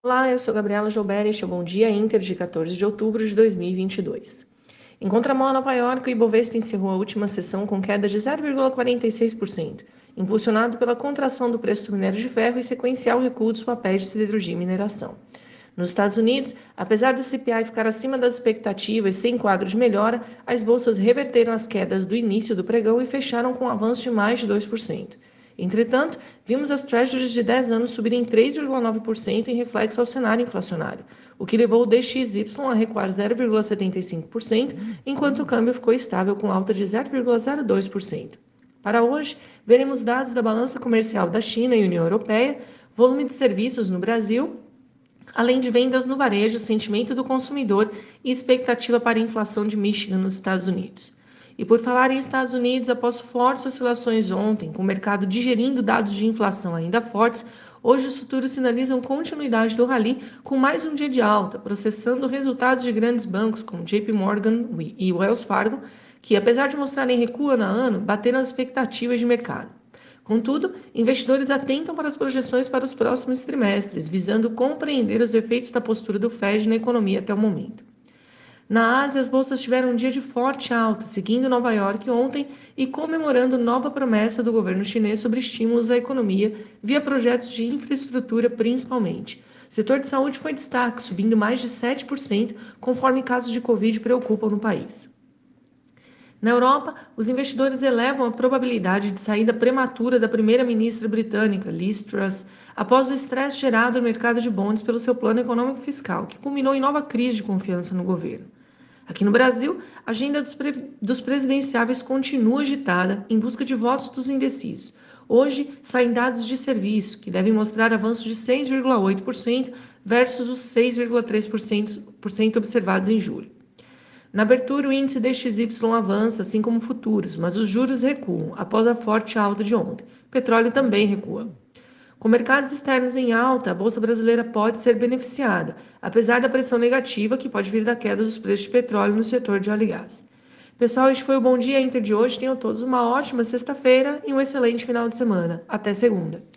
Olá, eu sou Gabriela Joubert e este é o Bom Dia Inter de 14 de outubro de 2022. Em contramão a Nova York, o Ibovespa encerrou a última sessão com queda de 0,46%, impulsionado pela contração do preço do minério de ferro e sequencial recuo dos papéis de siderurgia e mineração. Nos Estados Unidos, apesar do CPI ficar acima das expectativas sem quadro de melhora, as bolsas reverteram as quedas do início do pregão e fecharam com um avanço de mais de 2%. Entretanto, vimos as Treasuries de 10 anos subirem 3,9% em reflexo ao cenário inflacionário, o que levou o DXY a recuar 0,75%, enquanto o câmbio ficou estável com alta de 0,02%. Para hoje, veremos dados da balança comercial da China e União Europeia, volume de serviços no Brasil, além de vendas no varejo, sentimento do consumidor e expectativa para a inflação de Michigan nos Estados Unidos. E por falar em Estados Unidos, após fortes oscilações ontem, com o mercado digerindo dados de inflação ainda fortes, hoje os futuros sinalizam continuidade do rally com mais um dia de alta, processando resultados de grandes bancos como JP Morgan e Wells Fargo, que apesar de mostrarem recuo ano a ano, bateram as expectativas de mercado. Contudo, investidores atentam para as projeções para os próximos trimestres, visando compreender os efeitos da postura do Fed na economia até o momento. Na Ásia, as bolsas tiveram um dia de forte alta, seguindo Nova York ontem e comemorando nova promessa do governo chinês sobre estímulos à economia via projetos de infraestrutura principalmente. O setor de saúde foi destaque, subindo mais de 7%, conforme casos de Covid preocupam no país. Na Europa, os investidores elevam a probabilidade de saída prematura da primeira-ministra britânica, Liz Truss, após o estresse gerado no mercado de bonds pelo seu plano econômico fiscal, que culminou em nova crise de confiança no governo. Aqui no Brasil, a agenda dos presidenciáveis continua agitada em busca de votos dos indecisos. Hoje, saem dados de serviço, que devem mostrar avanço de 6,8% versus os 6,3% observados em julho. Na abertura, o índice DXY avança, assim como futuros, mas os juros recuam após a forte alta de ontem. O petróleo também recua. Com mercados externos em alta, a Bolsa Brasileira pode ser beneficiada, apesar da pressão negativa que pode vir da queda dos preços de petróleo no setor de óleo e gás. Pessoal, este foi o Bom Dia Inter de hoje. Tenham todos uma ótima sexta-feira e um excelente final de semana. Até segunda.